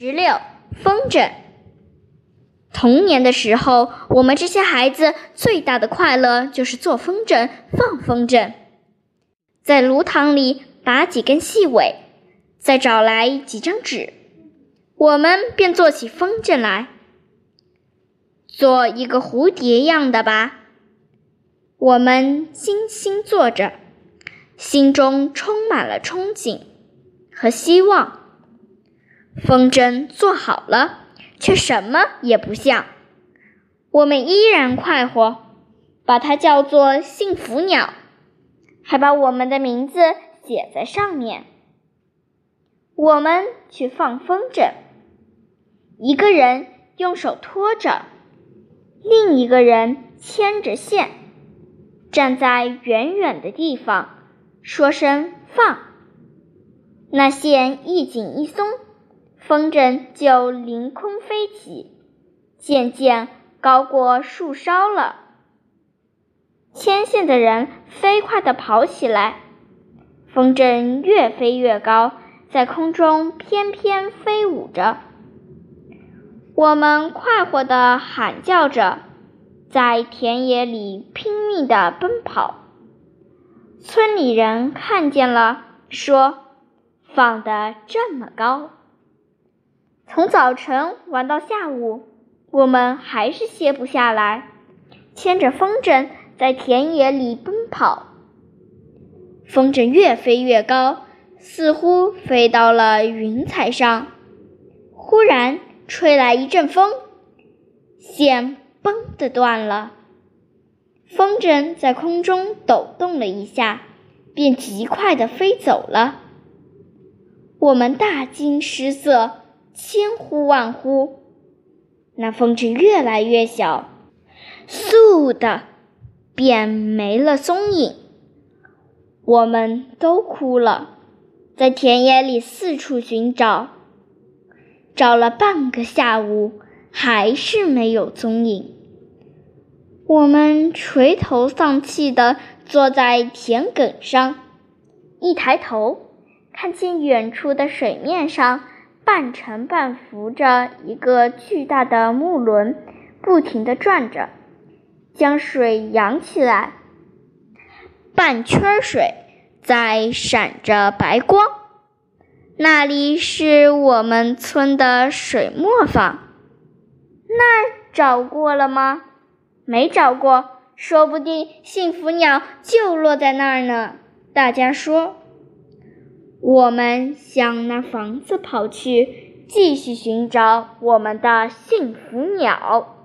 16. 风筝。童年的时候，我们这些孩子最大的快乐就是做风筝、放风筝。在炉膛里拔几根细尾，再找来几张纸，我们便做起风筝来。做一个蝴蝶样的吧。我们精心做着，心中充满了憧憬和希望。风筝做好了，却什么也不像。我们依然快活，把它叫做幸福鸟，还把我们的名字写在上面。我们去放风筝，一个人用手托着，另一个人牵着线，站在远远的地方，说声放。那线一紧一松，风筝就凌空飞起，渐渐高过树梢了。牵线的人飞快地跑起来，风筝越飞越高，在空中翩翩飞舞着。我们快活地喊叫着，在田野里拼命地奔跑。村里人看见了，说：“放得这么高。”从早晨玩到下午，我们还是歇不下来，牵着风筝在田野里奔跑。风筝越飞越高，似乎飞到了云彩上。忽然吹来一阵风，线嘣地断了。风筝在空中抖动了一下，便极快地飞走了。我们大惊失色，千呼万呼。那风筝越来越小，嗖的便没了踪影。我们都哭了，在田野里四处寻找，找了半个下午，还是没有踪影。我们垂头丧气地坐在田埂上，一抬头，看见远处的水面上半沉半浮着一个巨大的木轮，不停地转着，将水扬起来。半圈水在闪着白光，那里是我们村的水磨坊。那儿找过了吗？没找过，说不定幸福鸟就落在那儿呢。大家说。我们向那房子跑去，继续寻找我们的幸福鸟。